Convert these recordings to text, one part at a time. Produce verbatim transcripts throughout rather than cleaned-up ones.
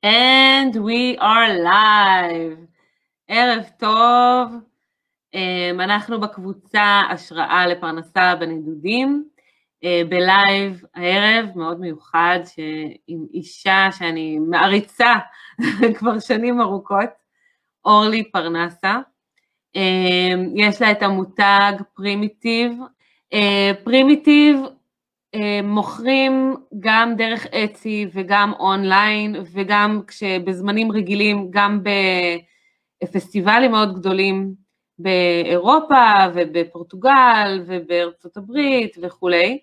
And we are live. ערב טוב. אנחנו בקבוצה השראה לפרנסה בנדודים, בלייב הערב מאוד מיוחד עם אישה שאני מעריצה כבר שנים ארוכות, אורלי פרנסה. יש לה את המותג פרימיטיב. פרימיטיב מוכרים גם דרך אצי וגם אונליין, וגם כשבזמנים רגילים, גם בפסטיבלים מאוד גדולים באירופה ובפורטוגל ובארצות הברית וכולי.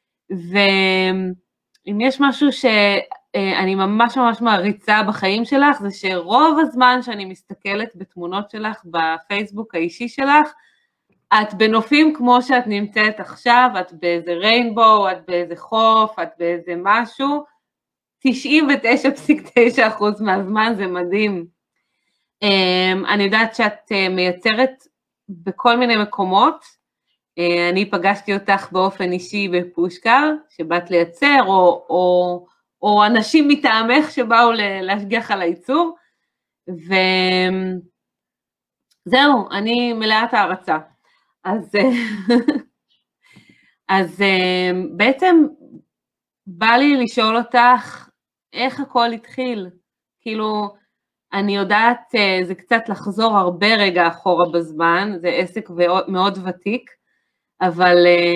ואם יש משהו שאני ממש ממש מעריצה בחיים שלך, זה שרוב הזמן שאני מסתכלת בתמונות שלך בפייסבוק האישי שלך, את בנופים כמו שאת נמצאת עכשיו, את באיזה ריינבו, את באיזה חוף, את באיזה משהו, תשעים ותשע נקודה תשע אחוז מהזמן, זה מדהים. אני יודעת שאת מייצרת בכל מיני מקומות, אני פגשתי אותך באופן אישי בפושקר, שבאת לייצר, או, או, או אנשים מטעמך שבאו להשגיח על הייצור, וזהו, אני מלאת הערצה. אז, אז בעצם בא לי לשאול אותך, איך הכל התחיל? כאילו, אני יודעת, זה קצת לחזור הרבה רגע אחורה בזמן, זה עסק מאוד ותיק, אבל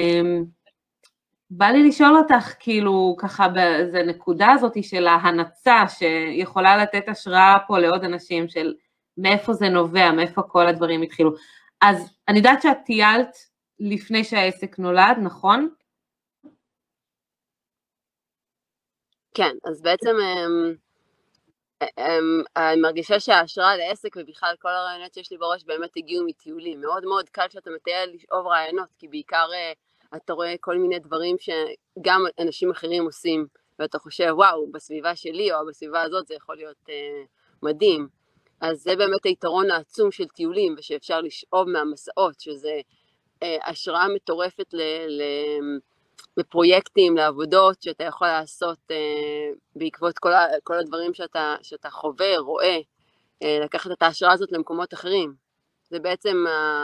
בא לי לשאול אותך, כאילו, ככה, באיזו נקודה הזאת של ההנצה, שיכולה לתת השראה פה לעוד אנשים, של מאיפה זה נובע, מאיפה כל הדברים התחילו. אז אני יודעת שאת טיילת לפני שהעסק נולד, נכון? כן, אז בעצם אני מרגישה שההשראה לעסק ובכלל כל הרעיונות שיש לי בראש באמת הגיעו מטיולים. מאוד מאוד קל שאתה מטייל לשאוב רעיונות, כי בעיקר אתה רואה כל מיני דברים שגם אנשים אחרים עושים, ואתה חושב, וואו, בסביבה שלי או בסביבה הזאת זה יכול להיות מדהים. אז זה באמת היתרון העצום של טיולים, ושאפשר לשאוב מהמסעות, שזה אה, השראה מטורפת ל, ל, לפרויקטים, לעבודות, שאתה יכול לעשות אה, בעקבות כל, ה, כל הדברים שאתה, שאתה חווה, רואה, אה, לקחת את ההשראה הזאת למקומות אחרים. זה בעצם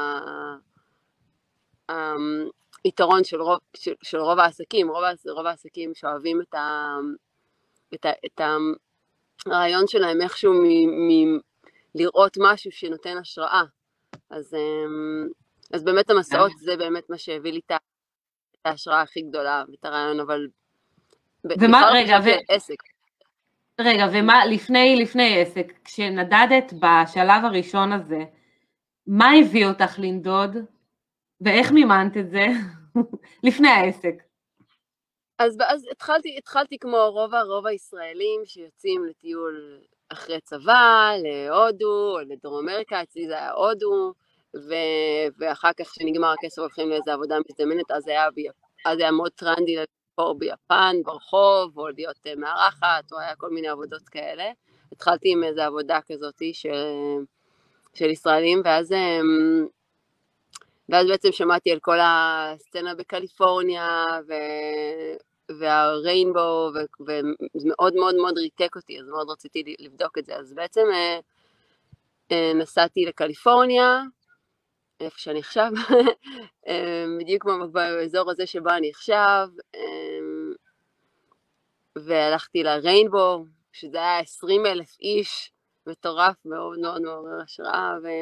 היתרון של רוב, של, של רוב העסקים, רוב, רוב העסקים שאוהבים את, ה, את, ה, את הרעיון שלהם איכשהו מ... מ לראות משהו שנותן השראה. אז, אז באמת המסעות זה באמת מה שהביא לי את ההשראה הכי גדולה, ואת הרעיון, אבל ומה, רגע, ו... עסק. רגע, ומה, לפני, לפני עסק, כשנדדת בשלב הראשון הזה, מה הביא אותך לנדוד, ואיך מימנת את זה לפני העסק? אז, אז התחלתי, התחלתי כמו רוב הרוב הישראלים שיוצאים לטיול אחרי צבא, להודו, לדרום אמריקה, אצלי זה היה הודו, ו... ואחר כך שנגמר הכסף הולכים לאיזו עבודה מזדמנת, אז היה, ב... אז היה מאוד טרנדי לבחור ביפן, ברחוב, או להיות מארחת, או היה כל מיני עבודות כאלה. התחלתי עם איזו עבודה כזאת של, של ישראלים, ואז, ואז בעצם שמעתי על כל הסצנה בקליפורניה, ו... והריינבו, וזה מאוד מאוד מאוד ריתק אותי, אז מאוד רציתי לבדוק את זה. אז בעצם נסעתי לקליפורניה, איפה שאני עכשיו, בדיוק באזור הזה שבו אני עכשיו, והלכתי לריינבו, שזה היה עשרים אלף איש, מטורף, מאוד מאוד מעורר השראה, ו...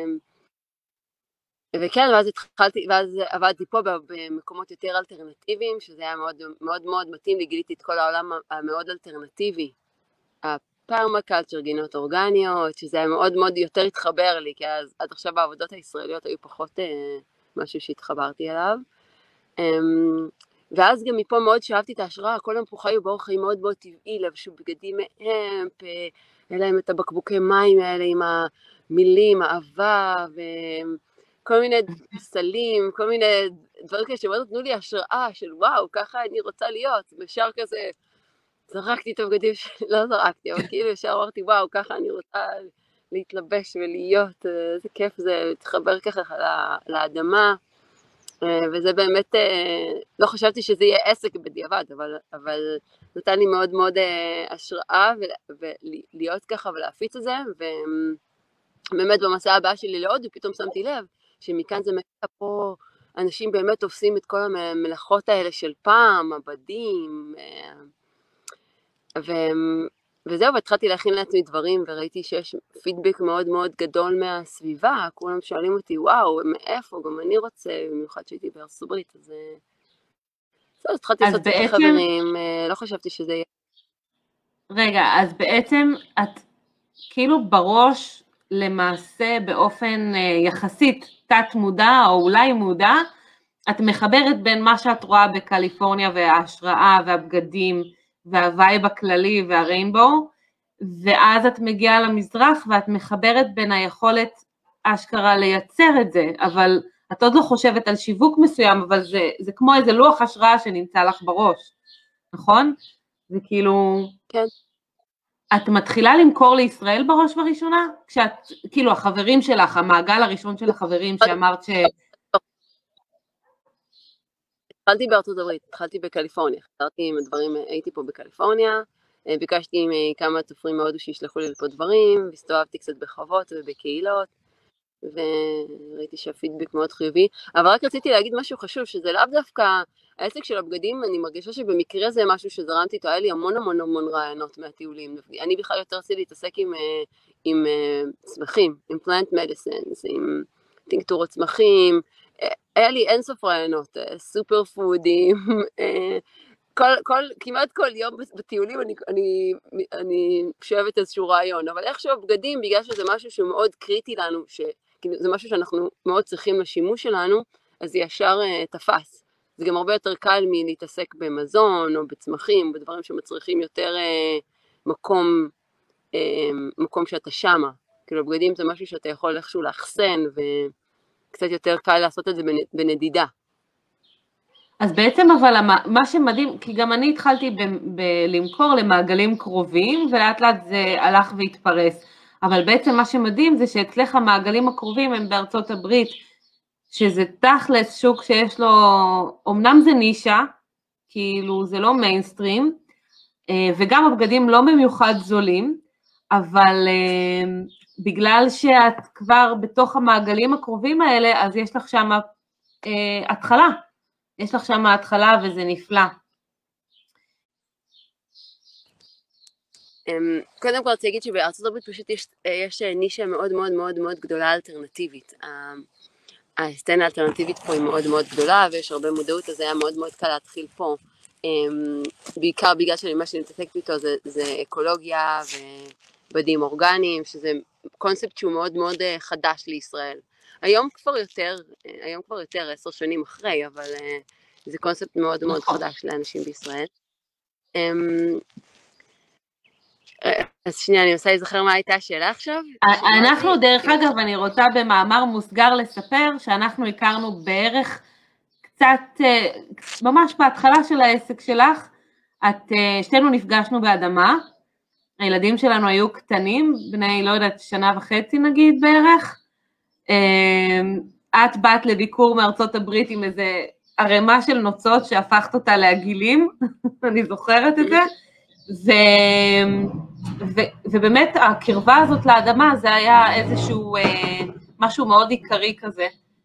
וכן, ואז התחלתי, ואז עבדתי פה במקומות יותר אלטרנטיביים, שזה היה מאוד מאוד מאוד מתאים לי, גיליתי את כל העולם המאוד אלטרנטיבי, הפרמקלצ'ר, גינות אורגניות, שזה היה מאוד מאוד יותר התחבר לי, כי אז עד עכשיו העבודות הישראליות היו פחות אה, משהו שהתחברתי אליו, אה, ואז גם מפה מאוד שאהבתי את ההשראה, כל המפוחה היו באורח חיים מאוד מאוד טבעי, לבשו בגדים מהמפ, היה להם את הבקבוקי מים האלה עם המילים, אהבה, ו... כל מיני סלים, כל מיני דברים כאלה שמאוד נתנו לי השראה של וואו, ככה אני רוצה להיות, ושאר כזה, זרקתי את הבגדים, לא זרקתי, אבל כאילו ישר אמרתי וואו, ככה אני רוצה להתלבש ולהיות, איזה כיף זה, להתחבר ככה לאדמה, וזה באמת, לא חשבתי שזה יהיה עסק בדיעבד, אבל, אבל נתן לי מאוד מאוד השראה ולהיות ככה ולהפיץ את זה, ובאמת במסע הבא שלי להודו פתאום שמתי לב שמכאן זה מגיע פה, אנשים באמת תופסים את כל המלאכות האלה של פעם, עבדים, ו... וזהו, והתחלתי להכין לעצמי דברים, וראיתי שיש פידבק מאוד מאוד גדול מהסביבה, כולם שואלים אותי, וואו, מאיפה, גם אני רוצה, במיוחד שהייתי בארצות הברית, אז... אז התחלתי לעשות בעצם... חברים, לא חשבתי שזה יהיה... רגע, אז בעצם את כאילו בראש, למעשה באופן יחסית תת מודע, או אולי מודע, את מחברת בין מה שאת רואה בקליפורניה, וההשראה והבגדים, והווייב הכללי והריינבואו, ואז את מגיעה למזרח ואת מחברת בין היכולת אשכרה לייצר את זה, אבל את עוד לא חושבת על שיווק מסוים, אבל זה, זה כמו איזה לוח השראה שנמצא לך בראש, נכון? זה כאילו... כן. את מתחילה למכור לישראל בראש בראשונה? כשאת, כאילו החברים שלך, המעגל הראשון של החברים שאמרת ש... התחלתי בארצות הברית, התחלתי בקליפורניה, חזרתי עם הדברים, הייתי פה בקליפורניה, ביקשתי מכמה תופרים מהודו שישלחו לי פה דברים, והסתובבתי קצת בחוות ובקהילות, וראיתי שהפידבק מאוד חיובי, אבל רק רציתי להגיד משהו חשוב, שזה לאו דווקא העסק של הבגדים, אני מרגישה שבמקרה זה משהו שזרמתי איתו, היה לי המון המון המון רעיונות מהטיולים, אני בכלל יותר רציתי להתעסק עם, עם צמחים, עם plant medicines, עם טינקטורות צמחים, היה לי אינסוף רעיונות, סופר פודים, כל, כל, כמעט כל יום בטיולים אני, אני, אני שואבת איזשהו רעיון, אבל איכשהו הבגדים, בגלל שזה משהו שהוא מאוד קריטי לנו, שזה משהו שאנחנו מאוד צריכים לשימוש שלנו, אז זה ישר uh, תפס. זה גם הרבה יותר קל מלהתעסק במזון או בצמחים, בדברים שמצריכים יותר uh, מקום, uh, מקום שאתה שמה. כאילו בגדים זה משהו שאתה יכול איכשהו לאחסן, וקצת יותר קל לעשות את זה בנדידה. אז בעצם אבל מה שמדהים, כי גם אני התחלתי בלמכור למעגלים קרובים, ולאט לאט זה הלך והתפרס, אבל בעצם מה שמדהים זה שאצלך המעגלים הקרובים הם בארצות הברית, שזה תכלס שוק שיש לו, אמנם זה נישה, כאילו זה לא מיינסטרים, וגם הבגדים לא במיוחד זולים, אבל בגלל שאת כבר בתוך המעגלים הקרובים האלה, אז יש לך שם התחלה, יש לך שם ההתחלה וזה נפלא. קודם כל, אני אגיד שבארצות הברית פשוט יש, יש נישה מאוד מאוד מאוד מאוד גדולה אלטרנטיבית. הסצנה האלטרנטיבית פה היא מאוד מאוד גדולה, ויש הרבה מודעות, אז זה היה מאוד מאוד קל להתחיל פה. בעיקר בגלל שמה שאני מתעסקת איתו זה, זה אקולוגיה ובדים אורגניים, שזה קונספט שהוא מאוד מאוד חדש לישראל. היום כבר יותר, היום כבר יותר עשר שנים אחרי, אבל זה קונספט מאוד מאוד חדש לאנשים בישראל. אז שנייה, אני עושה להיזכר מה הייתה השאלה עכשיו. אנחנו דרך אגב, אני רוצה במאמר מוסגר לספר, שאנחנו הכרנו בערך קצת, ממש בהתחלה של העסק שלך, את, שתינו נפגשנו באדמה, הילדים שלנו היו קטנים, בני לא יודעת שנה וחצי נגיד בערך, את באת לביקור מארצות הברית עם איזה ערימה של נוצות שהפכת אותה לעגילים, אני זוכרת את זה, ו, ו, ובאמת הקרבה הזאת לאדמה זה היה איזשהו משהו מאוד עיקרי כזה,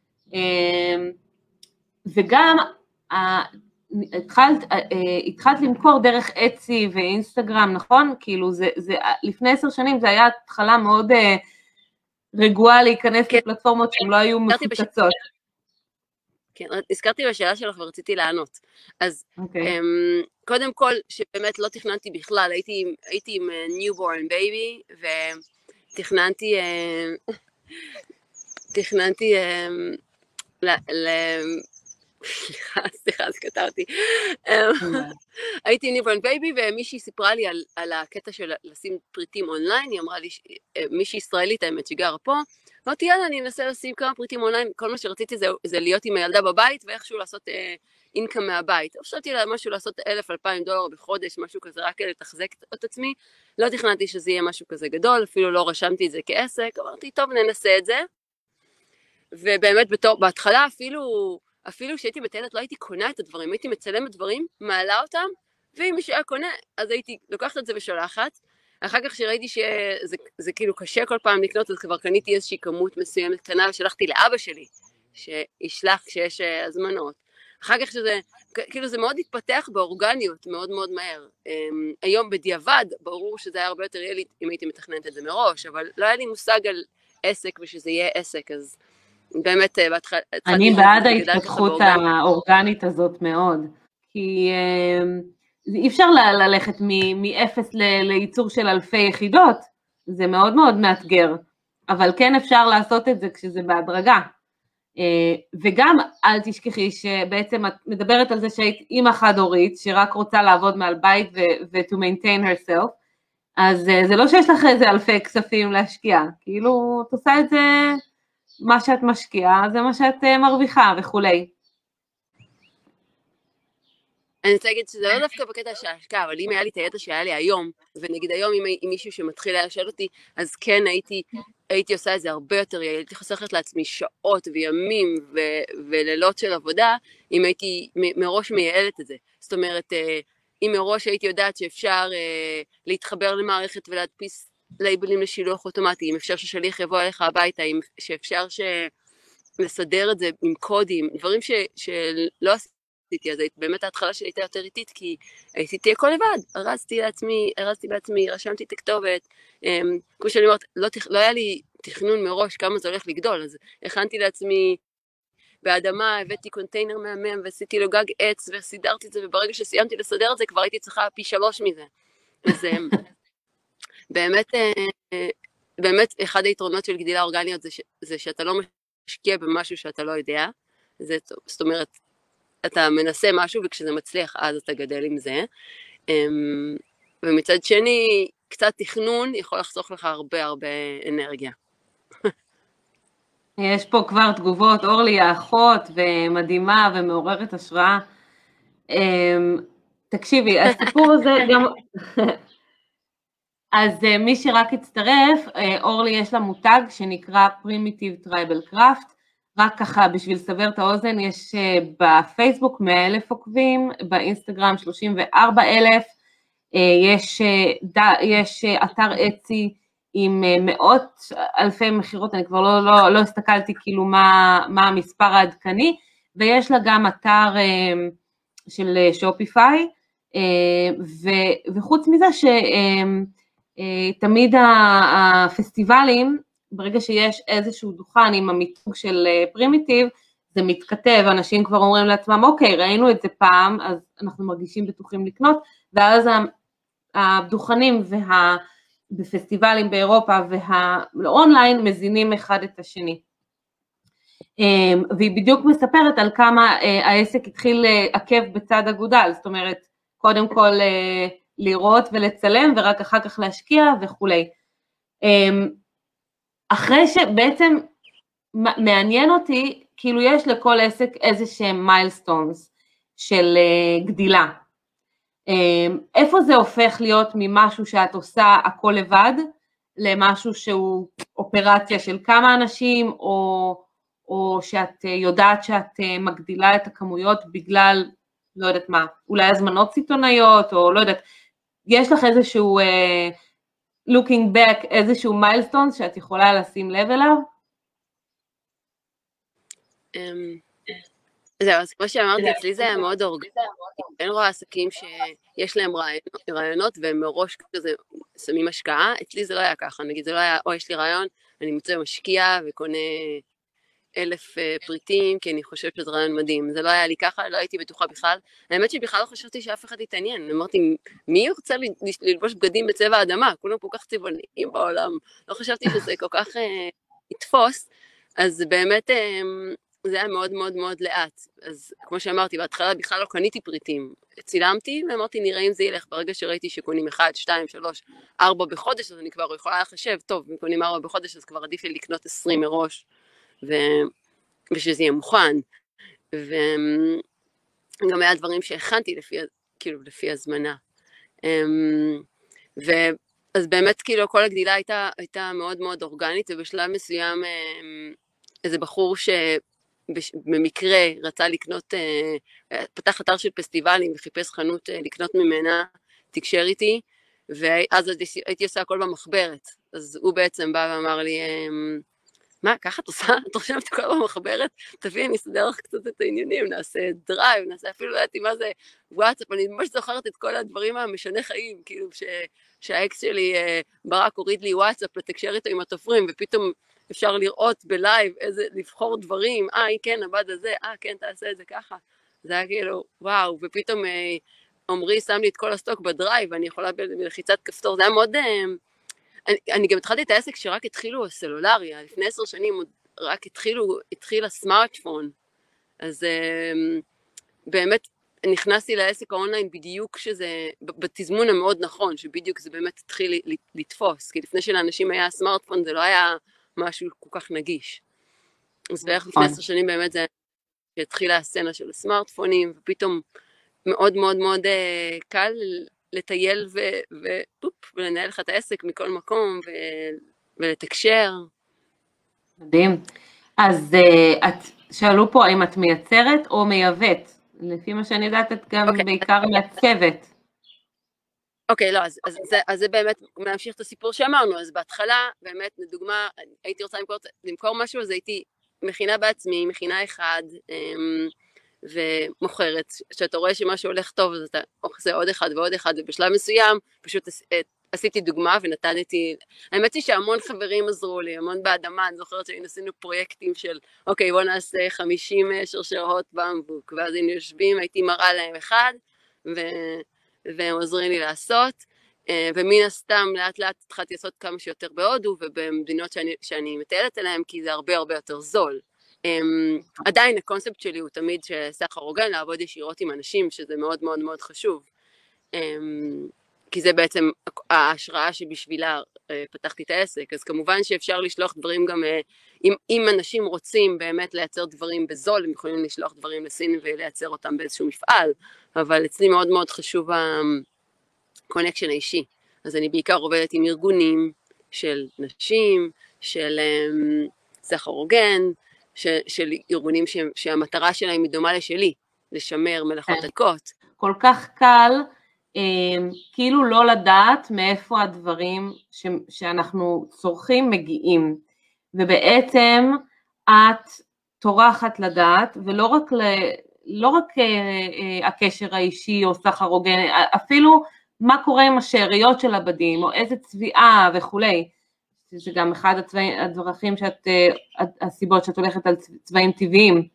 וגם התחלת, התחלת למכור דרך אצי ואינסטגרם, נכון? כאילו זה, זה, לפני עשר שנים זה היה התחלה מאוד רגועה להיכנס כן. לפלטפורמות שהן לא היו מפוצצות. כן, הזכרתי בשאלה שלך ורציתי לענות. אז okay. um, קודם כל, שבאמת לא תכננתי בכלל, הייתי, הייתי עם newborn baby, ותכננתי, uh, תכננתי, uh, ל... ל סליחה, סליחה, אז קטעתי. הייתי ניברן בייבי, ומישהי סיפרה לי על, על הקטע של לשים פריטים אונליין, היא אמרה לי, מישהי ישראלית, האמת שגרה פה, אמרתי, יאללה, אני אנסה לשים כמה פריטים אונליין, כל מה שרציתי זה, זה להיות עם הילדה בבית, ואיכשהו לעשות אה, אינקאם מהבית. חשבתי לה משהו לעשות אלף, אלפיים דולר בחודש, משהו כזה, רק לתחזק את עצמי, לא תכננתי שזה יהיה משהו כזה גדול, אפילו לא רשמתי את זה כעסק, אמרתי, טוב, ננסה את זה, ובאמת בתור, בהתחלה אפילו, אפילו כשהייתי מטיילת לא הייתי קונה את הדברים, הייתי מצלמת דברים, מעלה אותם, ואם מישהו היה קונה, אז הייתי לוקחת את זה ושולחת. אחר כך שראיתי שזה זה כאילו קשה כל פעם לקנות, אז כבר קניתי איזושהי כמות מסוימת קטנה, ושלחתי לאבא שלי, שישלח כשיש הזמנות. אחר כך שזה, כאילו זה מאוד התפתח באורגניות, מאוד מאוד מהר. היום בדיעבד, ברור שזה היה הרבה יותר יהיה לי אם הייתי מתכננת את זה מראש, אבל לא היה לי מושג על עסק ושזה יהיה עסק, אז באמת בהתחלה... אני בעד ההתפתחות האורגנית הזאת מאוד, כי אי אפשר ללכת מאפס לייצור של אלפי יחידות, זה מאוד מאוד מאתגר, אבל כן אפשר לעשות את זה כשזה בהדרגה. וגם אל תשכחי שבעצם את מדברת על זה שהיית אימא חד-הורית, שרק רוצה לעבוד מעל בית ו-to maintain herself, אז זה לא שיש לך איזה אלפי כספים להשקיע, כאילו את עושה את זה, מה שאת משקיעה, זה מה שאת מרוויחה וכולי. אני רוצה להגיד שזה לא דווקא בקטע של ההשקעה, אבל אם היה לי את הידע שהיה לי היום, ונגיד היום אם מישהו שמתחיל להשאל אותי, אז כן הייתי, הייתי עושה את זה הרבה יותר, הייתי חוסכת לעצמי שעות וימים ו- ולילות של עבודה, אם הייתי מראש מייעלת את זה. זאת אומרת, אם מראש הייתי יודעת שאפשר להתחבר למערכת ולהדפיס לייבלים לשילוח אוטומטי, אם אפשר ששליח יבוא אליך הביתה, אם שאפשר ש... לסדר את זה עם קודים, דברים ש... שלא עשיתי, אז באמת ההתחלה שלי הייתה יותר איטית, כי עשיתי הכל לבד, הרזתי לעצמי, הרזתי בעצמי, רשמתי את הכתובת, כמו שאני אומרת, לא, לא היה לי תכנון מראש כמה זה הולך לגדול, אז הכנתי לעצמי באדמה, הבאתי קונטיינר מהמם, ועשיתי לו גג עץ, וסידרתי את זה, וברגע שסיימתי לסדר את זה, כבר הייתי צריכה פי שלוש מזה. אז באמת, באמת, אחד היתרונות של גדילה אורגניות זה, ש, זה שאתה לא משקיע במשהו שאתה לא יודע, זה, זאת אומרת, אתה מנסה משהו וכשזה מצליח אז אתה גדל עם זה, ומצד שני, קצת תכנון יכול לחסוך לך הרבה הרבה אנרגיה. יש פה כבר תגובות, אורלי האחות ומדהימה ומעוררת השראה. תקשיבי, הסיפור הזה גם... אז מי שרק הצטרף, אורלי יש לה מותג שנקרא Primitive Tribal Craft, רק ככה בשביל לסבר את האוזן, יש בפייסבוק מאה אלף עוקבים, באינסטגרם שלושים וארבעה אלף, יש, יש אתר אצי עם מאות אלפי מחירות, אני כבר לא, לא, לא הסתכלתי כאילו מה, מה המספר העדכני, ויש לה גם אתר של שופיפיי, וחוץ מזה ש... תמיד הפסטיבלים, ברגע שיש איזשהו דוכן עם המיתוג של פרימיטיב, זה מתכתב, אנשים כבר אומרים לעצמם, אוקיי, ראינו את זה פעם, אז אנחנו מרגישים בטוחים לקנות, ואז הדוכנים וה... בפסטיבלים באירופה והאונליין מזינים אחד את השני. והיא בדיוק מספרת על כמה העסק התחיל לעכב בצד אגודל, זאת אומרת, קודם כל לראות ולצלם ורק אחר כך להשקיע וכולי. אחרי שבעצם מעניין אותי, כאילו יש לכל עסק איזה שהם מיילסטונס של גדילה. איפה זה הופך להיות ממשהו שאת עושה הכל לבד, למשהו שהוא אופרציה של כמה אנשים, או, או שאת יודעת שאת מגדילה את הכמויות בגלל, לא יודעת מה, אולי הזמנות סיטונאיות, או לא יודעת, יש לך איזשהו, uh, looking back, איזשהו מיילסטון שאת יכולה לשים לב אליו? זהו, אז כמו שאמרתי, אצלי זה היה מאוד אורגני, אין רואה עסקים שיש להם רעיונות והם מראש כזה שמים השקעה, אצלי זה לא היה ככה, נגיד זה לא היה, או יש לי רעיון, אני מוצא משקיע וקונה אלף פריטים, כי אני חושבת שזה רעיון מדהים, זה לא היה לי ככה, לא הייתי בטוחה בכלל, האמת שבכלל לא חשבתי שאף אחד יתעניין, אמרתי, מי רוצה ללבוש בגדים בצבע האדמה, כולם כל כך צבעוניים בעולם, לא חשבתי שזה כל כך יתפוס, אז באמת זה היה מאוד מאוד מאוד לאט, אז כמו שאמרתי, בהתחלה בכלל לא קניתי פריטים, צילמתי ואמרתי, נראה אם זה ילך, ברגע שראיתי שקונים אחד, שתיים, שלוש, ארבע בחודש, אז אני כבר יכולה לחשב, טוב, אם קונים ארבע בחודש, אז כבר עדיף לי לקנות עשרים מראש, ו... ושזה יהיה מוכן, וגם היה דברים שהכנתי לפי, כאילו, לפי הזמנה, ואז באמת כאילו כל הגדילה הייתה, הייתה מאוד מאוד אורגנית, ובשלב מסוים איזה בחור ש... במקרה רצה לקנות, פתח אתר של פסטיבלים וחיפש חנות לקנות ממנה, תקשר איתי, ואז הייתי עושה הכל במחברת, אז הוא בעצם בא ואמר לי, מה, ככה את עושה? את רושמת הכל במחברת? תביא, אני אסדר לך קצת את העניינים, נעשה דרייב, נעשה אפילו, לא יודעתי מה זה וואטסאפ, אני ממש זוכרת את כל הדברים המשנה חיים, כאילו שהאקס שלי ברק הוריד לי וואטסאפ לתקשר איתו עם התופרים, ופתאום אפשר לראות בלייב איזה, לבחור דברים, אה, כן, הבד הזה, אה, כן, תעשה את זה ככה. זה היה כאילו, וואו, ופתאום עומרי שם לי את כל הסטוק בדרייב, ואני יכולה בלחיצת כפתור, זה היה מאוד... אני, אני גם התחלתי את העסק שרק התחילו הסלולריה, לפני עשר שנים רק התחילו, התחיל הסמארטפון, אז באמת נכנסתי לעסק האונליין בדיוק שזה, בתזמון המאוד נכון, שבדיוק זה באמת התחיל לתפוס, כי לפני שלאנשים היה הסמארטפון זה לא היה משהו כל כך נגיש. אז בערך לפני עשר שנים באמת זה התחילה הסצנה של הסמארטפונים, ופתאום מאוד מאוד מאוד קל לטייל ופופ, ולנהל לך את העסק מכל מקום, ולתקשר. מדהים. אז את, שאלו פה האם את מייצרת או מייבאת? לפי מה שאני יודעת, את גם בעיקר מעצבת. אוקיי, לא, אז, אז, זה, אז זה באמת להמשיך את הסיפור שאמרנו, אז בהתחלה, באמת, לדוגמה, הייתי רוצה למכור, למכור משהו, אז הייתי מכינה בעצמי, מכינה אחד, ומוכרת, שאתה רואה שמשהו הולך טוב, אז אתה עושה עוד אחד ועוד אחד, ובשלב מסוים, פשוט עשיתי דוגמה ונתנתי, האמת היא שהמון חברים עזרו לי, המון באדמה, אני זוכרת שעשינו פרויקטים של, אוקיי, בוא נעשה חמישים שרשראות במבוק, ואז היינו יושבים, הייתי מראה להם אחד, ו... והם עוזרים לי לעשות, ומן הסתם לאט לאט התחלתי לעשות כמה שיותר בהודו, ובמדינות שאני, שאני מטיילת אליהם, כי זה הרבה הרבה יותר זול. עדיין הקונספט שלי הוא תמיד שסחר הוגן, לעבוד ישירות עם אנשים, שזה מאוד מאוד מאוד חשוב. כי זה בעצם ההשראה שבשבילה פתחתי את העסק, אז כמובן שאפשר לשלוח דברים גם, אם, אם אנשים רוצים באמת לייצר דברים בזול, הם יכולים לשלוח דברים לסין ולייצר אותם באיזשהו מפעל, אבל אצלי מאוד מאוד חשוב הקונקשן האישי, אז אני בעיקר עובדת עם ארגונים של נשים, של סחר הוגן, של, של ארגונים ש, שהמטרה שלהם היא דומה לשלי, לשמר מלאכות עתיקות. כל כך קל, כאילו לא לדעת מאיפה הדברים ש, שאנחנו צורכים מגיעים, ובעצם את טורחת לדעת, ולא רק, ל, לא רק הקשר האישי או סחר הוגן, אפילו מה קורה עם השאריות של הבדים, או איזה צביעה וכולי, זה גם אחד הדרכים שאת, הסיבות שאת הולכת על צבעים טבעיים,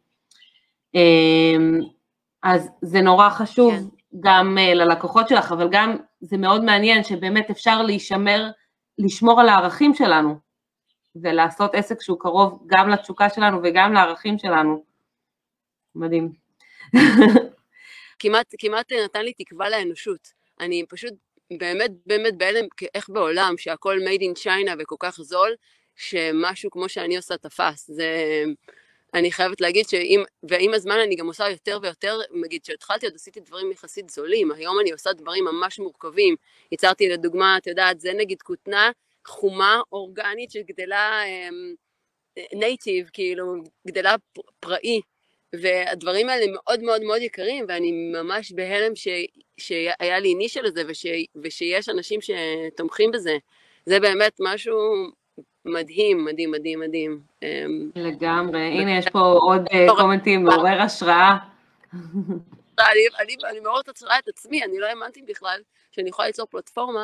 אז זה נורא חשוב, כן. גם ללקוחות שלך, אבל גם זה מאוד מעניין שבאמת אפשר להישמר, לשמור על הערכים שלנו, ולעשות עסק שהוא קרוב גם לתשוקה שלנו וגם לערכים שלנו. מדהים. כמעט, כמעט נתן לי תקווה לאנושות. אני פשוט באמת, באמת בהלם, איך בעולם שהכל made in China וכל כך זול, שמשהו כמו שאני עושה תפס. זה... אני חייבת להגיד שאם, ועם הזמן אני גם עושה יותר ויותר, נגיד שהתחלתי עוד עשיתי דברים יחסית זולים, היום אני עושה דברים ממש מורכבים, יצרתי לדוגמה, את יודעת, זה נגיד כותנה חומה אורגנית שגדלה נייטיב, כאילו גדלה פראי, והדברים האלה מאוד מאוד מאוד יקרים, ואני ממש בהלם ש, שהיה לי נישה לזה, וש, ושיש אנשים שתומכים בזה, זה באמת משהו... מדהים, מדהים, מדהים, מדהים. לגמרי, הנה יש פה עוד קומנטים, מעורר השראה. אני מעוררת השראה את עצמי, אני לא האמנתי בכלל שאני יכולה ליצור פלטפורמה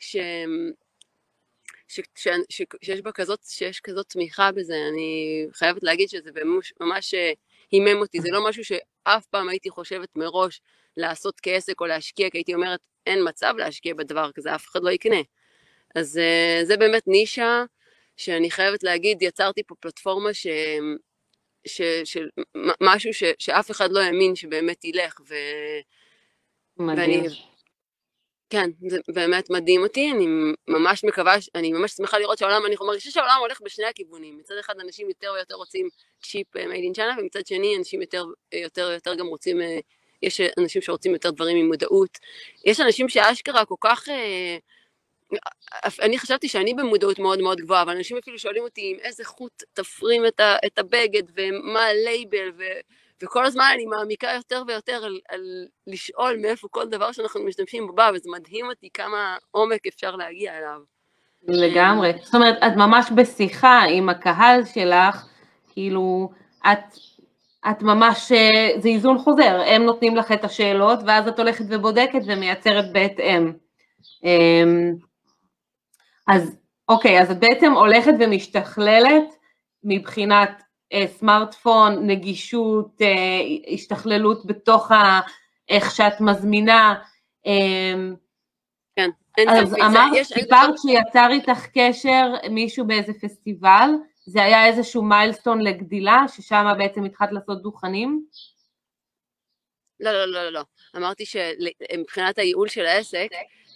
שיש בה כזאת, שיש כזאת תמיכה בזה, אני חייבת להגיד שזה ממש הימם אותי, זה לא משהו שאף פעם הייתי חושבת מראש לעשות כעסק או להשקיע, כי הייתי אומרת, אין מצב להשקיע בדבר כזה, אף אחד לא יקנה. אז זה באמת נישה, שאני חייבת להגיד, יצרתי פה פלטפורמה ש... ש... של משהו ש... שאף אחד לא האמין שבאמת ילך, ו... מדהים. ואני... כן, זה באמת מדהים אותי, אני ממש מקווה, אני ממש שמחה לראות שהעולם, אני מרגישה שהעולם הולך בשני הכיוונים, מצד אחד אנשים יותר ויותר רוצים צ'יפ made in China, ומצד שני אנשים יותר יותר יותר גם רוצים, יש אנשים שרוצים יותר דברים עם מודעות, יש אנשים שהאשכרה כל כך... אני חשבתי שאני במודעות מאוד מאוד גבוהה, אבל אנשים אפילו שואלים אותי עם איזה חוט תפרים את, ה, את הבגד, ומה הלייבל, ו, וכל הזמן אני מעמיקה יותר ויותר על, על לשאול מאיפה כל דבר שאנחנו משתמשים בו בא, וזה מדהים אותי כמה עומק אפשר להגיע אליו. לגמרי, זאת אומרת, את ממש בשיחה עם הקהל שלך, כאילו, את, את ממש, זה איזון חוזר, הם נותנים לך את השאלות, ואז את הולכת ובודקת ומייצרת בהתאם. אז אוקיי, אז את בעצם הולכת ומשתכללת מבחינת אה, סמארטפון, נגישות, אה, השתכללות בתוך ה, איך שאת מזמינה. אה, כן. אז אמרת, סיפרת שיצר איתך קשר מישהו באיזה פסטיבל, זה היה איזשהו מיילסטון לגדילה, ששם בעצם התחלת לעשות דוכנים? לא, לא, לא, לא. אמרתי שמבחינת הייעול של העסק,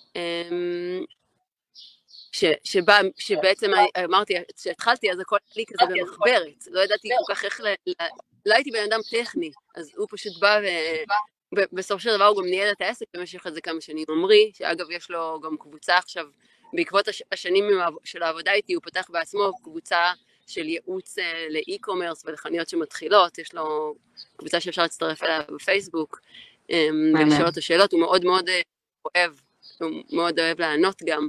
ש, שבא, שבעצם אמרתי, כשהתחלתי, אז הכל לי כזה במחברת, לא ידעתי כל כך איך, לא הייתי בן אדם טכני, אז הוא פשוט בא ובסוף של דבר הוא גם ניהל את העסק במשך איזה כמה שנים. עמרי, שאגב יש לו גם קבוצה עכשיו, בעקבות השנים של העבודה איתי, הוא פתח בעצמו קבוצה של ייעוץ לאי-קומרס ולחנויות שמתחילות, יש לו קבוצה שאפשר להצטרף אליה בפייסבוק, ולשאול אותו שאלות, הוא מאוד מאוד אוהב, הוא מאוד אוהב לענות גם.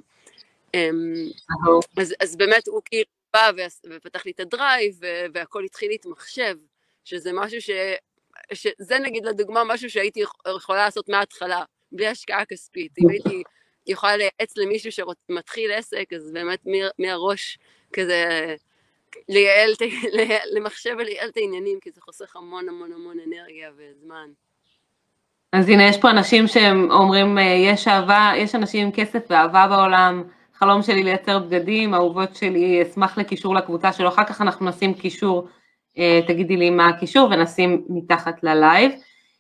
אז, אז באמת הוא כאילו בא ופתח לי את הדרייב, והכל התחיל להתמחשב, שזה משהו ש... שזה נגיד לדוגמה משהו שהייתי יכולה לעשות מההתחלה, בלי השקעה כספית. אם הייתי יכולה לייעץ למישהו שמתחיל עסק, אז באמת מהראש כזה לייעל, למחשב ולייעל את העניינים, כי זה חוסך המון המון המון אנרגיה וזמן. אז הנה, יש פה אנשים שהם אומרים, יש אהבה, יש אנשים עם כסף ואהבה בעולם, חלום שלי לייצר בגדים, אהובות שלי, אשמח לקישור לקבוצה שלו, אחר כך אנחנו נשים קישור, תגידי לי מה הקישור, ונשים מתחת ללייב.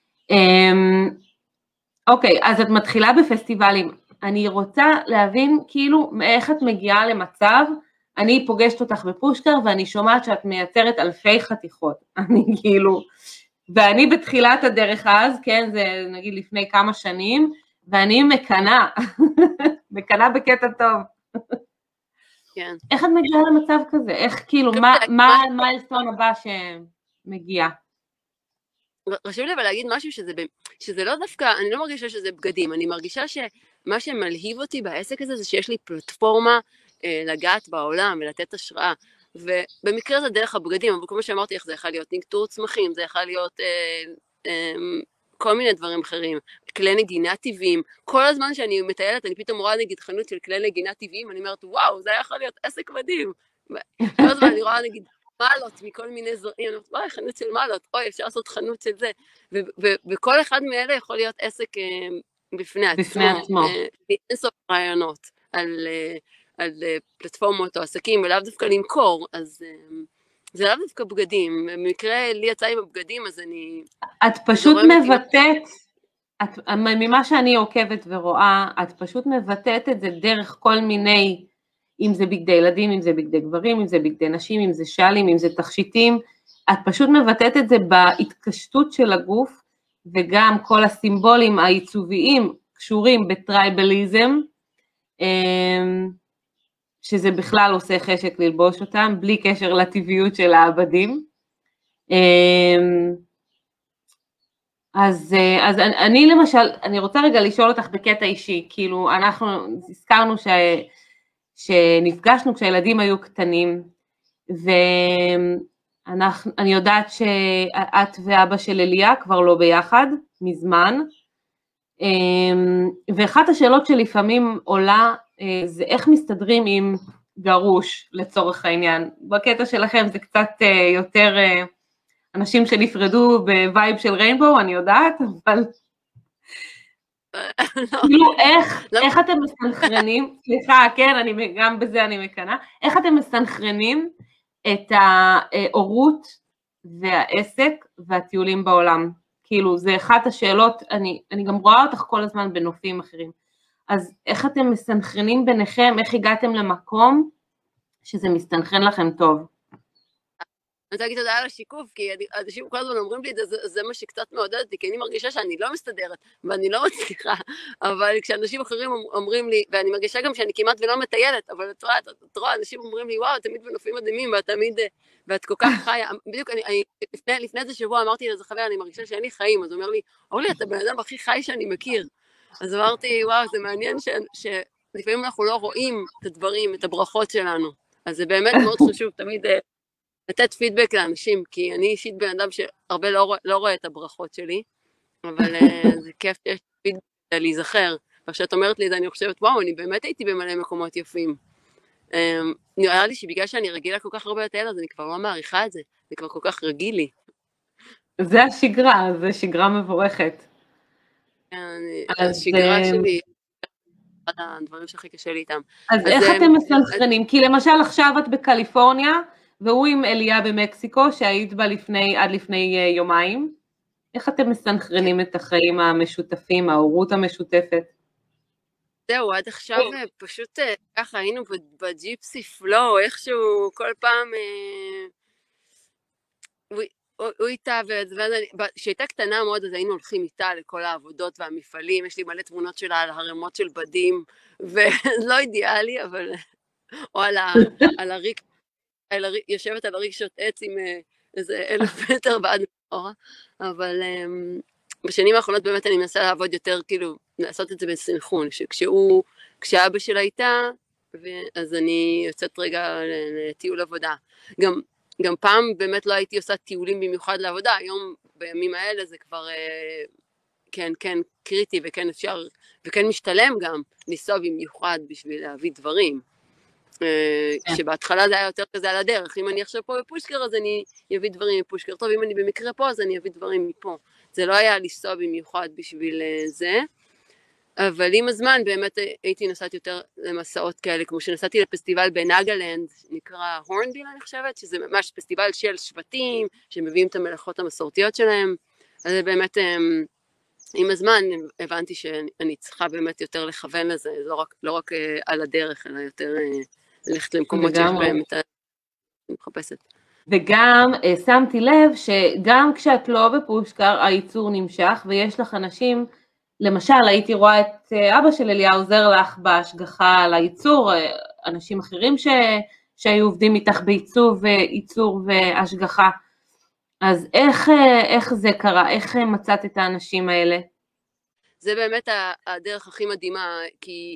אוקיי, אז את מתחילה בפסטיבלים, אני רוצה להבין כאילו איך את מגיעה למצב, אני פוגשת אותך בפושקר, ואני שומעת שאת מייצרת אלפי חתיכות, אני כאילו, ואני בתחילת הדרך אז, כן, זה נגיד לפני כמה שנים, ואני מקנה, מקנה בקטע טוב. כן. איך את מגיעה למצב כזה? איך כאילו, מה, מה, מה המיילסטון הבא שמגיע? חשוב לי אבל להגיד משהו שזה, שזה לא דווקא, אני לא מרגישה שזה בגדים, אני מרגישה שמה שמלהיב אותי בעסק הזה, זה שיש לי פלטפורמה אה, לגעת בעולם ולתת השראה, ובמקרה זה דרך הבגדים, אבל כמו שאמרתי לך, זה יכול להיות נקטור צמחים, זה יכול להיות אה, אה, כל מיני דברים אחרים, כלי נגינה טבעיים, כל הזמן שאני מטיילת, אני פתאום רואה נגיד חנות של כלי נגינה טבעיים, אני אומרת, וואו, זה יכול להיות עסק מדהים, כל הזמן אני רואה נגיד, מעלות מכל מיני זרעים, אני אומרת, וואי, חנות של מעלות, אוי, אפשר לעשות חנות של זה, וכל אחד מאלה יכול להיות עסק בפני עצמו, אין סוף רעיונות על פלטפורמות או עסקים, ולאו דווקא למכור, אז זה לאו דווקא בגדים, במקרה לי יצא עם הבגדים, אז אני... את פשוט מבטאת, ממה שאני עוקבת ורואה, את פשוט מבטאת את זה דרך כל מיני, אם זה בגדי ילדים, אם זה בגדי גברים, אם זה בגדי נשים, אם זה שלים, אם זה תכשיטים, את פשוט מבטאת את זה בהתקשטות של הגוף, וגם כל הסימבולים העיצוביים קשורים בטרייבליזם, שזה בכלל עושה חשק ללבוש אותם, בלי קשר לטבעיות של העבדים. אז, אז אני למשל, אני רוצה רגע לשאול אותך בקטע אישי, כאילו אנחנו הזכרנו ש... שנפגשנו כשהילדים היו קטנים, ואני יודעת שאת ואבא של אליה כבר לא ביחד, מזמן, ואחת השאלות שלפעמים עולה, זה איך מסתדרים עם גרוש לצורך העניין, בקטע שלכם זה קצת יותר אנשים שנפרדו בווייב של ריינבו, אני יודעת, אבל... כאילו, איך אתם מסנכרנים, סליחה, כן, גם בזה אני מקנה, איך אתם מסנכרנים את ההורות והעסק והטיולים בעולם? כאילו, זה אחת השאלות, אני גם רואה אותך כל הזמן בנופים אחרים, אז איך אתם מסנכרנים ביניכם, איך הגעתם למקום שזה מסתנכרן לכם טוב? רוצה להגיד תודה על השיקוף, כי אנשים כל הזמן אומרים לי את זה, זה מה שקצת מעודד אותי, כי אני מרגישה שאני לא מסתדרת, ואני לא מצליחה, אבל כשאנשים אחרים אומרים לי, ואני מרגישה גם שאני כמעט ולא מטיילת, אבל את רואה, את רואה, אנשים אומרים לי, וואו, תמיד בנופים מדהימים, ואת תמיד, ואת כל כך חיה, בדיוק, אני, אני, לפני, לפני איזה שבוע אמרתי לאיזה חבר, אני מרגישה שאין לי חיים, אז הוא אומר לי, אורלי, אתה בן אדם הכי חי שאני מכיר. אז אמרתי, וואו, זה מעניין ש, שלפעמים אנחנו לא רואים את הדברים, את הברכות שלנו. אז זה באמת מאוד חשוב, תמיד לתת פידבק לאנשים, כי אני אישית בן אדם שהרבה לא רואה, לא רואה את הברכות שלי, אבל זה כיף שיש פידבק להיזכר. וכשאת אומרת לי את זה, אני חושבת, וואו, אני באמת הייתי במלא מקומות יפים. נראה לי שבגלל שאני רגילה כל כך הרבה לטייל, אז אני כבר לא מעריכה את זה, זה כבר כל כך רגיל לי. זה השגרה, זה שגרה מבורכת. השגרה שלי, הדברים שהכי קשה לי איתם. אז איך אתם מסנכרנים? כי למשל עכשיו את בקליפורניה, והוא עם אליה במקסיקו, שהיית בה עד לפני יומיים. איך אתם מסנכרנים את החיים המשותפים, ההורות המשותפת? זהו, עד עכשיו פשוט ככה היינו בג'יפסי פלו, איכשהו כל פעם הוא איתה, כשהייתה קטנה מאוד אז היינו הולכים איתה לכל העבודות והמפעלים, יש לי מלא תמונות שלה על הרמות של בדים, ולא אידיאלי, אבל, או על הריק, יושבת על הריק שוט עץ עם איזה אלף מטר בעד מאחורה, אבל בשנים האחרונות באמת אני מנסה לעבוד יותר, כאילו, לעשות את זה בסנכרון, שכשהוא, כשאבא שלה איתה, אז אני יוצאת רגע לטיול עבודה. גם, גם פעם באמת לא הייתי עושה טיולים במיוחד לעבודה, היום בימים האלה זה כבר, כן, כן, קריטי וכן אפשר, וכן משתלם גם לנסוע במיוחד בשביל להביא דברים. שבהתחלה זה היה יותר כזה על הדרך, אם אני עכשיו פה בפושקר אז אני אביא דברים מפושקר, טוב אם אני במקרה פה אז אני אביא דברים מפה, זה לא היה לנסוע במיוחד בשביל זה, אבל עם הזמן באמת הייתי נסעת יותר למסעות כאלה, כמו שנסעתי לפסטיבל בנאגלנד, נקרא הורנביל אני חושבת, שזה ממש פסטיבל של שבטים, שמביאים את המלאכות המסורתיות שלהם, אז זה באמת עם הזמן הבנתי שאני צריכה באמת יותר לכוון לזה, לא רק, לא רק על הדרך, אלא יותר ללכת למקומות שיש בהם את ה... אני מחפשת. וגם שמתי לב שגם כשאת לא בפושקר, הייצור נמשך, ויש לך אנשים, למשל הייתי רואה את אבא של אליה עוזר לך בהשגחה על הייצור, אנשים אחרים ש... שהיו עובדים איתך בעיצוב, ייצור והשגחה, אז איך, איך זה קרה? איך מצאת את האנשים האלה? זה באמת הדרך הכי מדהימה, כי,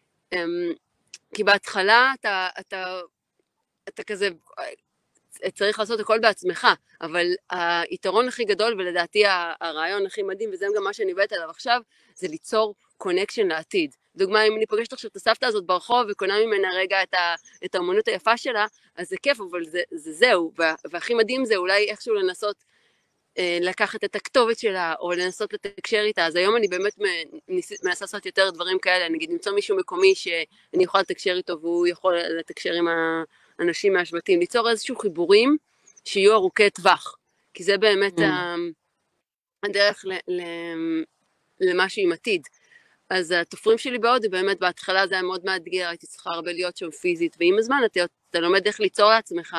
כי בהתחלה אתה, אתה, אתה כזה צריך לעשות הכל בעצמך, אבל היתרון הכי גדול, ולדעתי הרעיון הכי מדהים, וזה גם מה שאני באת עליו עכשיו, זה ליצור קונקשן לעתיד. דוגמה, אם אני פוגשת עכשיו את הסבתא הזאת ברחוב, וקונה ממנה רגע את, ה, את האמנות היפה שלה, אז זה כיף, אבל זה, זה זהו, והכי מדהים זה אולי איכשהו לנסות אה, לקחת את הכתובת שלה, או לנסות לתקשר איתה, אז היום אני באמת מנסה לעשות יותר דברים כאלה, נגיד למצוא מישהו מקומי שאני יכולה לתקשר איתו, והוא יכול לתקשר עם האנשים מהשבטים, ליצור איזשהו חיבורים, שיהיו ארוכי טווח, כי זה באמת mm. הדרך ל, ל, למשהו עם עתיד. אז התופרים שלי בהודו, באמת בהתחלה זה היה מאוד מאתגר, הייתי צריכה הרבה להיות שם פיזית, ועם הזמן אתה, אתה לומד איך ליצור לעצמך,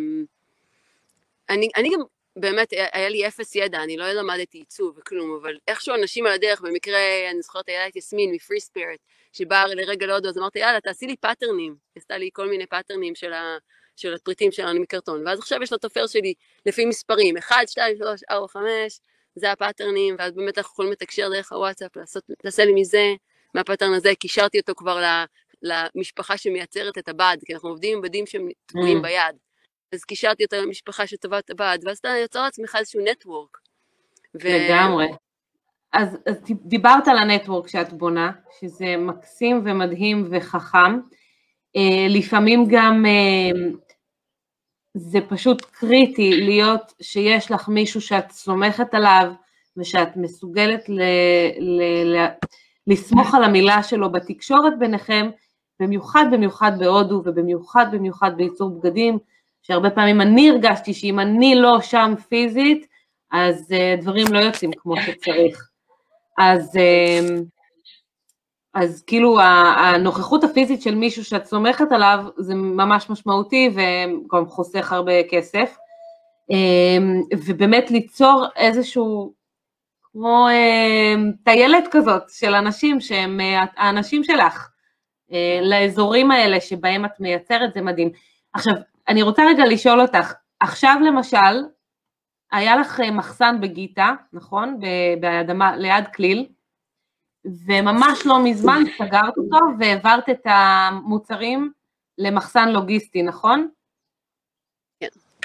אני, אני גם באמת, היה לי אפס ידע, אני לא למדתי עיצוב וכלום, אבל איכשהו אנשים על הדרך, במקרה, אני זוכרת, היה את יסמין מפרי ספיריט, שבאה לרגע להודו, אז אמרתי, יאללה, תעשי לי פאטרנים, עשתה לי כל מיני פאטרנים של, ה, של הפריטים שלנו מקרטון, ואז עכשיו יש לו תופר שלי לפי מספרים, אחד, שתיים, שלוש, ארבע, חמש, זה הפאטרנים, ואז באמת אנחנו יכולים לתקשר דרך הוואטסאפ, לעשות, תעשה לי מזה, מהפאטרן הזה, קישרתי אותו כבר למשפחה שמייצרת את הבד, כי אנחנו עובדים עם בדים שהם תקועים ביד, אז קישרתי אותו למשפחה שטובה את הבד, ואז אתה יוצר לעצמך איזשהו נטוורק. לגמרי. אז, אז דיברת על הנטוורק שאת בונה, שזה מקסים ומדהים וחכם, לפעמים גם זה פשוט קריטי להיות שיש לך מישהו שאת סומכת עליו, ושאת מסוגלת ל, ל, ל, לסמוך על המילה שלו בתקשורת ביניכם, במיוחד במיוחד בהודו, ובמיוחד במיוחד בייצור בגדים, שהרבה פעמים אני הרגשתי שאם אני לא שם פיזית, אז uh, דברים לא יוצאים כמו שצריך. אז, uh, אז כאילו הנוכחות הפיזית של מישהו שאת סומכת עליו, זה ממש משמעותי, וגם חוסך הרבה כסף. ובאמת ליצור איזשהו, כמו טיילת כזאת של אנשים שהם האנשים שלך, לאזורים האלה שבהם את מייצרת, זה מדהים. עכשיו, אני רוצה רגע לשאול אותך, עכשיו למשל, היה לך מחסן בגיטה, נכון? באדמה, ליד כליל, וממש לא מזמן סגרת אותו והעברת את המוצרים למחסן לוגיסטי, נכון? כן.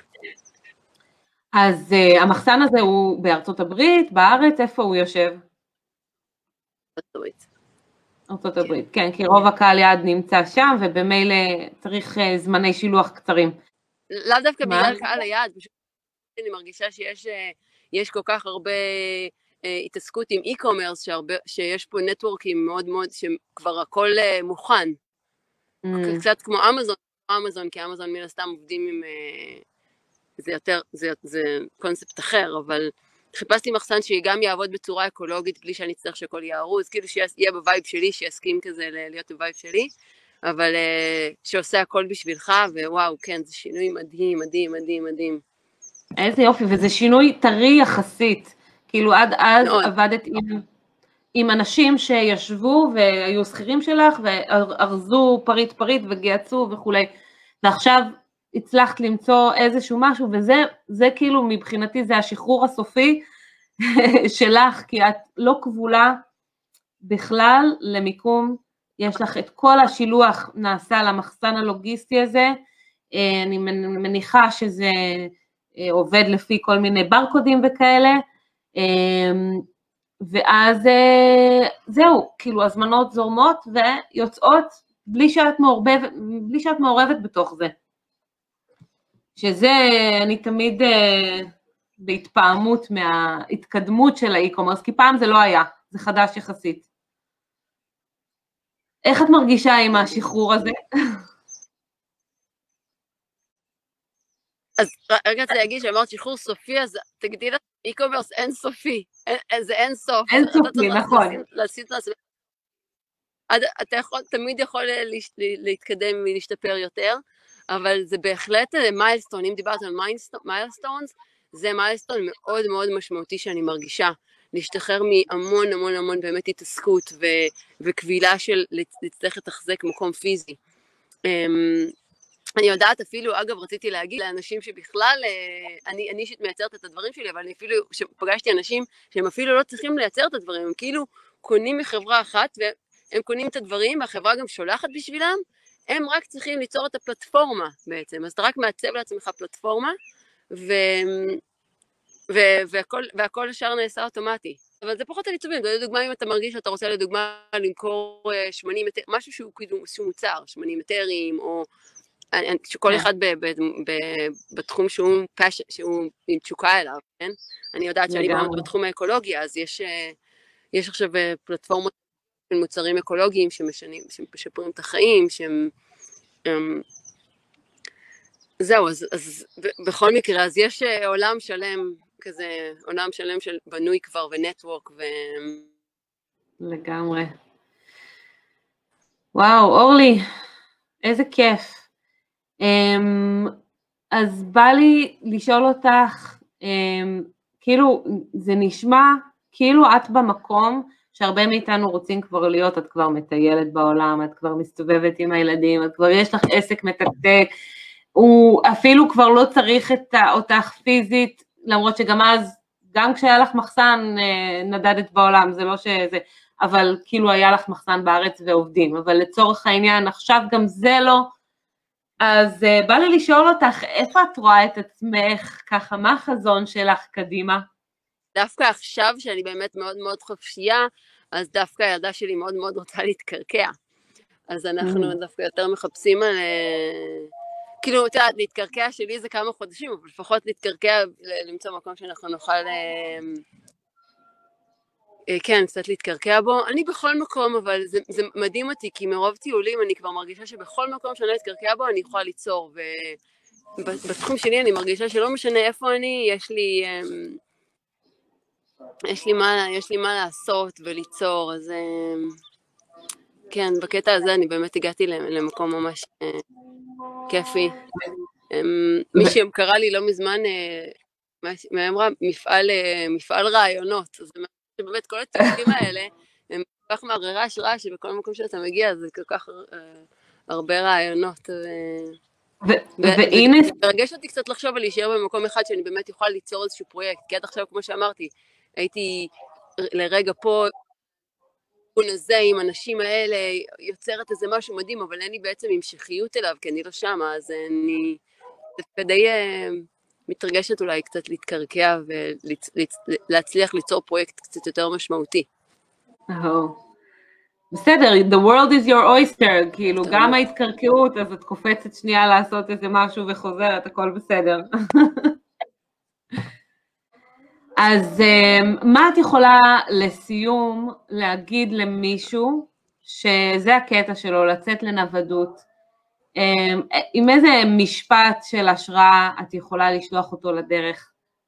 אז uh, המחסן הזה הוא בארצות הברית, בארץ, איפה הוא יושב? ארצות הברית. ארצות הברית, כן, כי רוב הקהל יעד נמצא שם, ובמילא צריך uh, זמני שילוח קצרים. לאו דווקא בגלל קהל היעד, פשוט אני מרגישה שיש יש כל כך הרבה התעסקות עם e-commerce, שיש פה נטוורקים מאוד מאוד, שכבר הכל מוכן. Mm. קצת כמו אמזון, אמזון, כי אמזון מן הסתם עובדים עם, זה יותר, זה, זה קונספט אחר, אבל חיפשתי מחסן שגם יעבוד בצורה אקולוגית, בלי שאני צריך שהכל יהיה ארוז, כאילו שיהיה בווייב שלי, שיסכים כזה להיות בווייב שלי, אבל שעושה הכל בשבילך, ווואו, כן, זה שינוי מדהים, מדהים, מדהים, מדהים. איזה יופי, וזה שינוי טרי יחסית, כאילו עד אז מאוד. עבדת עם, עם אנשים שישבו והיו שכירים שלך, וארזו פריט פריט וגייצו וכולי, ועכשיו הצלחת למצוא איזשהו משהו, וזה זה כאילו מבחינתי זה השחרור הסופי שלך, כי את לא כבולה בכלל למיקום, יש לך את כל השילוח נעשה למחסן הלוגיסטי הזה, אני מניחה שזה עובד לפי כל מיני ברקודים וכאלה, ואז זהו, כאילו הזמנות זורמות ויוצאות בלי שאת מעורבבת, בלי שאת מעורבת בתוך זה. שזה אני תמיד בהתפעמות מההתקדמות של האי-קומרס, כי פעם זה לא היה, זה חדש יחסית. איך את מרגישה עם השחרור הזה? אז רגע רוצה להגיד שאמרת שחרור סופי, אז תגדיל את אי-קומרס אין סופי, זה אין סוף. אין סופי, נכון. אתה יכול, תמיד יכול להתקדם ולהשתפר יותר, אבל זה בהחלט מיילסטון, אם דיברת על מיילסטונס, זה מיילסטון מאוד מאוד משמעותי שאני מרגישה, להשתחרר מהמון המון המון באמת התעסקות וקבילה של להצטרך לתחזק מקום פיזי. אני יודעת אפילו, אגב, רציתי להגיד לאנשים שבכלל, אני, אני אישית מייצרת את הדברים שלי, אבל אני אפילו, פגשתי אנשים שהם אפילו לא צריכים לייצר את הדברים, הם כאילו קונים מחברה אחת, והם קונים את הדברים, והחברה גם שולחת בשבילם, הם רק צריכים ליצור את הפלטפורמה בעצם, אז אתה רק מעצב לעצמך פלטפורמה, ו, ו, והכל, והכל השאר נעשה אוטומטי. אבל זה פחות על עיצובים, לדוגמה אם אתה מרגיש שאתה רוצה לדוגמה למכור שמונים, משהו שהוא כאילו מוצר, שמונים מטרים, או שכל אחד בתחום שהוא עם תשוקה אליו, כן? אני יודעת שאני בתחום האקולוגיה, אז יש עכשיו פלטפורמות של מוצרים אקולוגיים שמשפרים את החיים, שהם... זהו, אז בכל מקרה, אז יש עולם שלם כזה, עולם שלם של בנוי כבר ונטוורק ו... לגמרי. וואו, אורלי, איזה כיף. אז בא לי לשאול אותך, כאילו זה נשמע כאילו את במקום שהרבה מאיתנו רוצים כבר להיות, את כבר מטיילת בעולם, את כבר מסתובבת עם הילדים, את כבר יש לך עסק מתקתק, הוא אפילו כבר לא צריך את אותך פיזית, למרות שגם אז, גם כשהיה לך מחסן נדדת בעולם, זה לא שזה, אבל כאילו היה לך מחסן בארץ ועובדים, אבל לצורך העניין עכשיו גם זה לא, אז uh, בא לי לשאול אותך, איפה את רואה את עצמך, ככה, מה החזון שלך קדימה? דווקא עכשיו, שאני באמת מאוד מאוד חופשייה, אז דווקא הילדה שלי מאוד מאוד רוצה להתקרקע. אז אנחנו mm. דווקא יותר מחפשים על... כאילו, אתה יודעת, להתקרקע שלי זה כמה חודשים, אבל לפחות להתקרקע, למצוא מקום שאנחנו נוכל... כן, קצת להתקרקע בו. אני בכל מקום, אבל זה, זה מדהים אותי, כי מרוב טיולים אני כבר מרגישה שבכל מקום שאני להתקרקע בו אני יכולה ליצור, ובתחום שלי אני מרגישה שלא משנה איפה אני, יש לי, יש לי מה, יש לי מה לעשות וליצור, אז כן, בקטע הזה אני באמת הגעתי למקום ממש כיפי. מישהי קרא לי לא מזמן, מה אמרה? מפעל, מפעל רעיונות, אז באמת כל הטיפולים האלה, הם כל כך מעוררי השראה, שבכל מקום שאתה מגיע, זה כל כך הרבה רעיונות. והנה... זה מרגש אותי קצת לחשוב על להישאר במקום אחד, שאני באמת יכולה ליצור איזשהו פרויקט, כי עד עכשיו, כמו שאמרתי, הייתי לרגע פה, הזה, עם האנשים האלה, יוצרת איזה משהו מדהים, אבל אין לי בעצם המשכיות אליו, כי אני לא שמה, אז אני די מתרגשת אולי קצת להתקרקע, ולהצליח ליצור פרויקט קצת יותר משמעותי. בסדר, the world is your oyster, כאילו גם ההתקרקעות, אז את קופצת שנייה לעשות איזה משהו וחוזרת, הכל בסדר. אז מה את יכולה לסיום להגיד למישהו שזה הקטע שלו, לצאת לנוודות, עם איזה משפט של השראה את יכולה לשלוח אותו לדרך,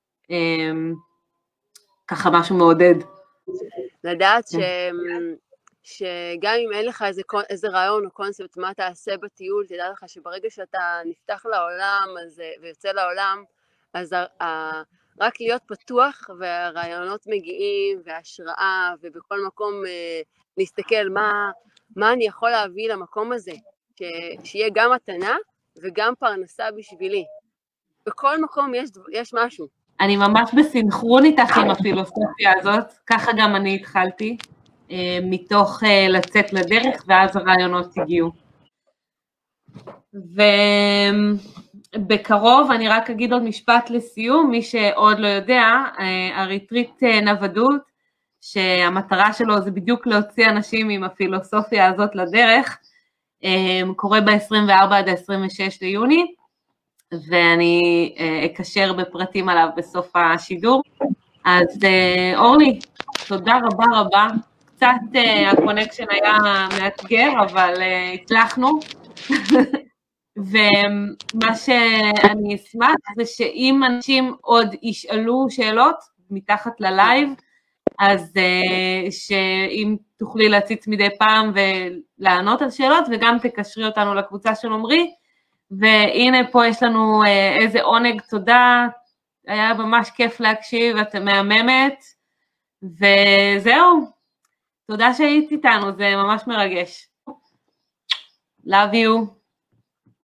ככה משהו מעודד? לדעת ש... שגם אם אין לך איזה, איזה רעיון או קונספט מה תעשה בטיול, תדע לך שברגע שאתה נפתח לעולם אז, ויוצא לעולם, אז ה... רק להיות פתוח, והרעיונות מגיעים, והשראה, ובכל מקום אה, להסתכל מה, מה אני יכול להביא למקום הזה, ש, שיהיה גם מתנה וגם פרנסה בשבילי. בכל מקום יש, יש משהו. אני ממש בסנכרון איתך עם הפילוסופיה הזאת, ככה גם אני התחלתי, אה, מתוך אה, לצאת לדרך, ואז הרעיונות הגיעו. ו... בקרוב, אני רק אגיד עוד משפט לסיום, מי שעוד לא יודע, הריטריט נוודות, שהמטרה שלו זה בדיוק להוציא אנשים עם הפילוסופיה הזאת לדרך, קורה ב-עשרים וארבעה עד ה-עשרים ושש ליוני, ואני אקשר בפרטים עליו בסוף השידור. אז אורלי, תודה רבה רבה, קצת הקונקשן היה מאתגר, אבל הצלחנו. ומה שאני אשמח זה שאם אנשים עוד ישאלו שאלות מתחת ללייב, אז שאם תוכלי להציץ מדי פעם ולענות על שאלות, וגם תקשרי אותנו לקבוצה של עומרי, והנה פה יש לנו איזה עונג, תודה, היה ממש כיף להקשיב, את מהממת, וזהו, תודה שהיית איתנו, זה ממש מרגש. Love you.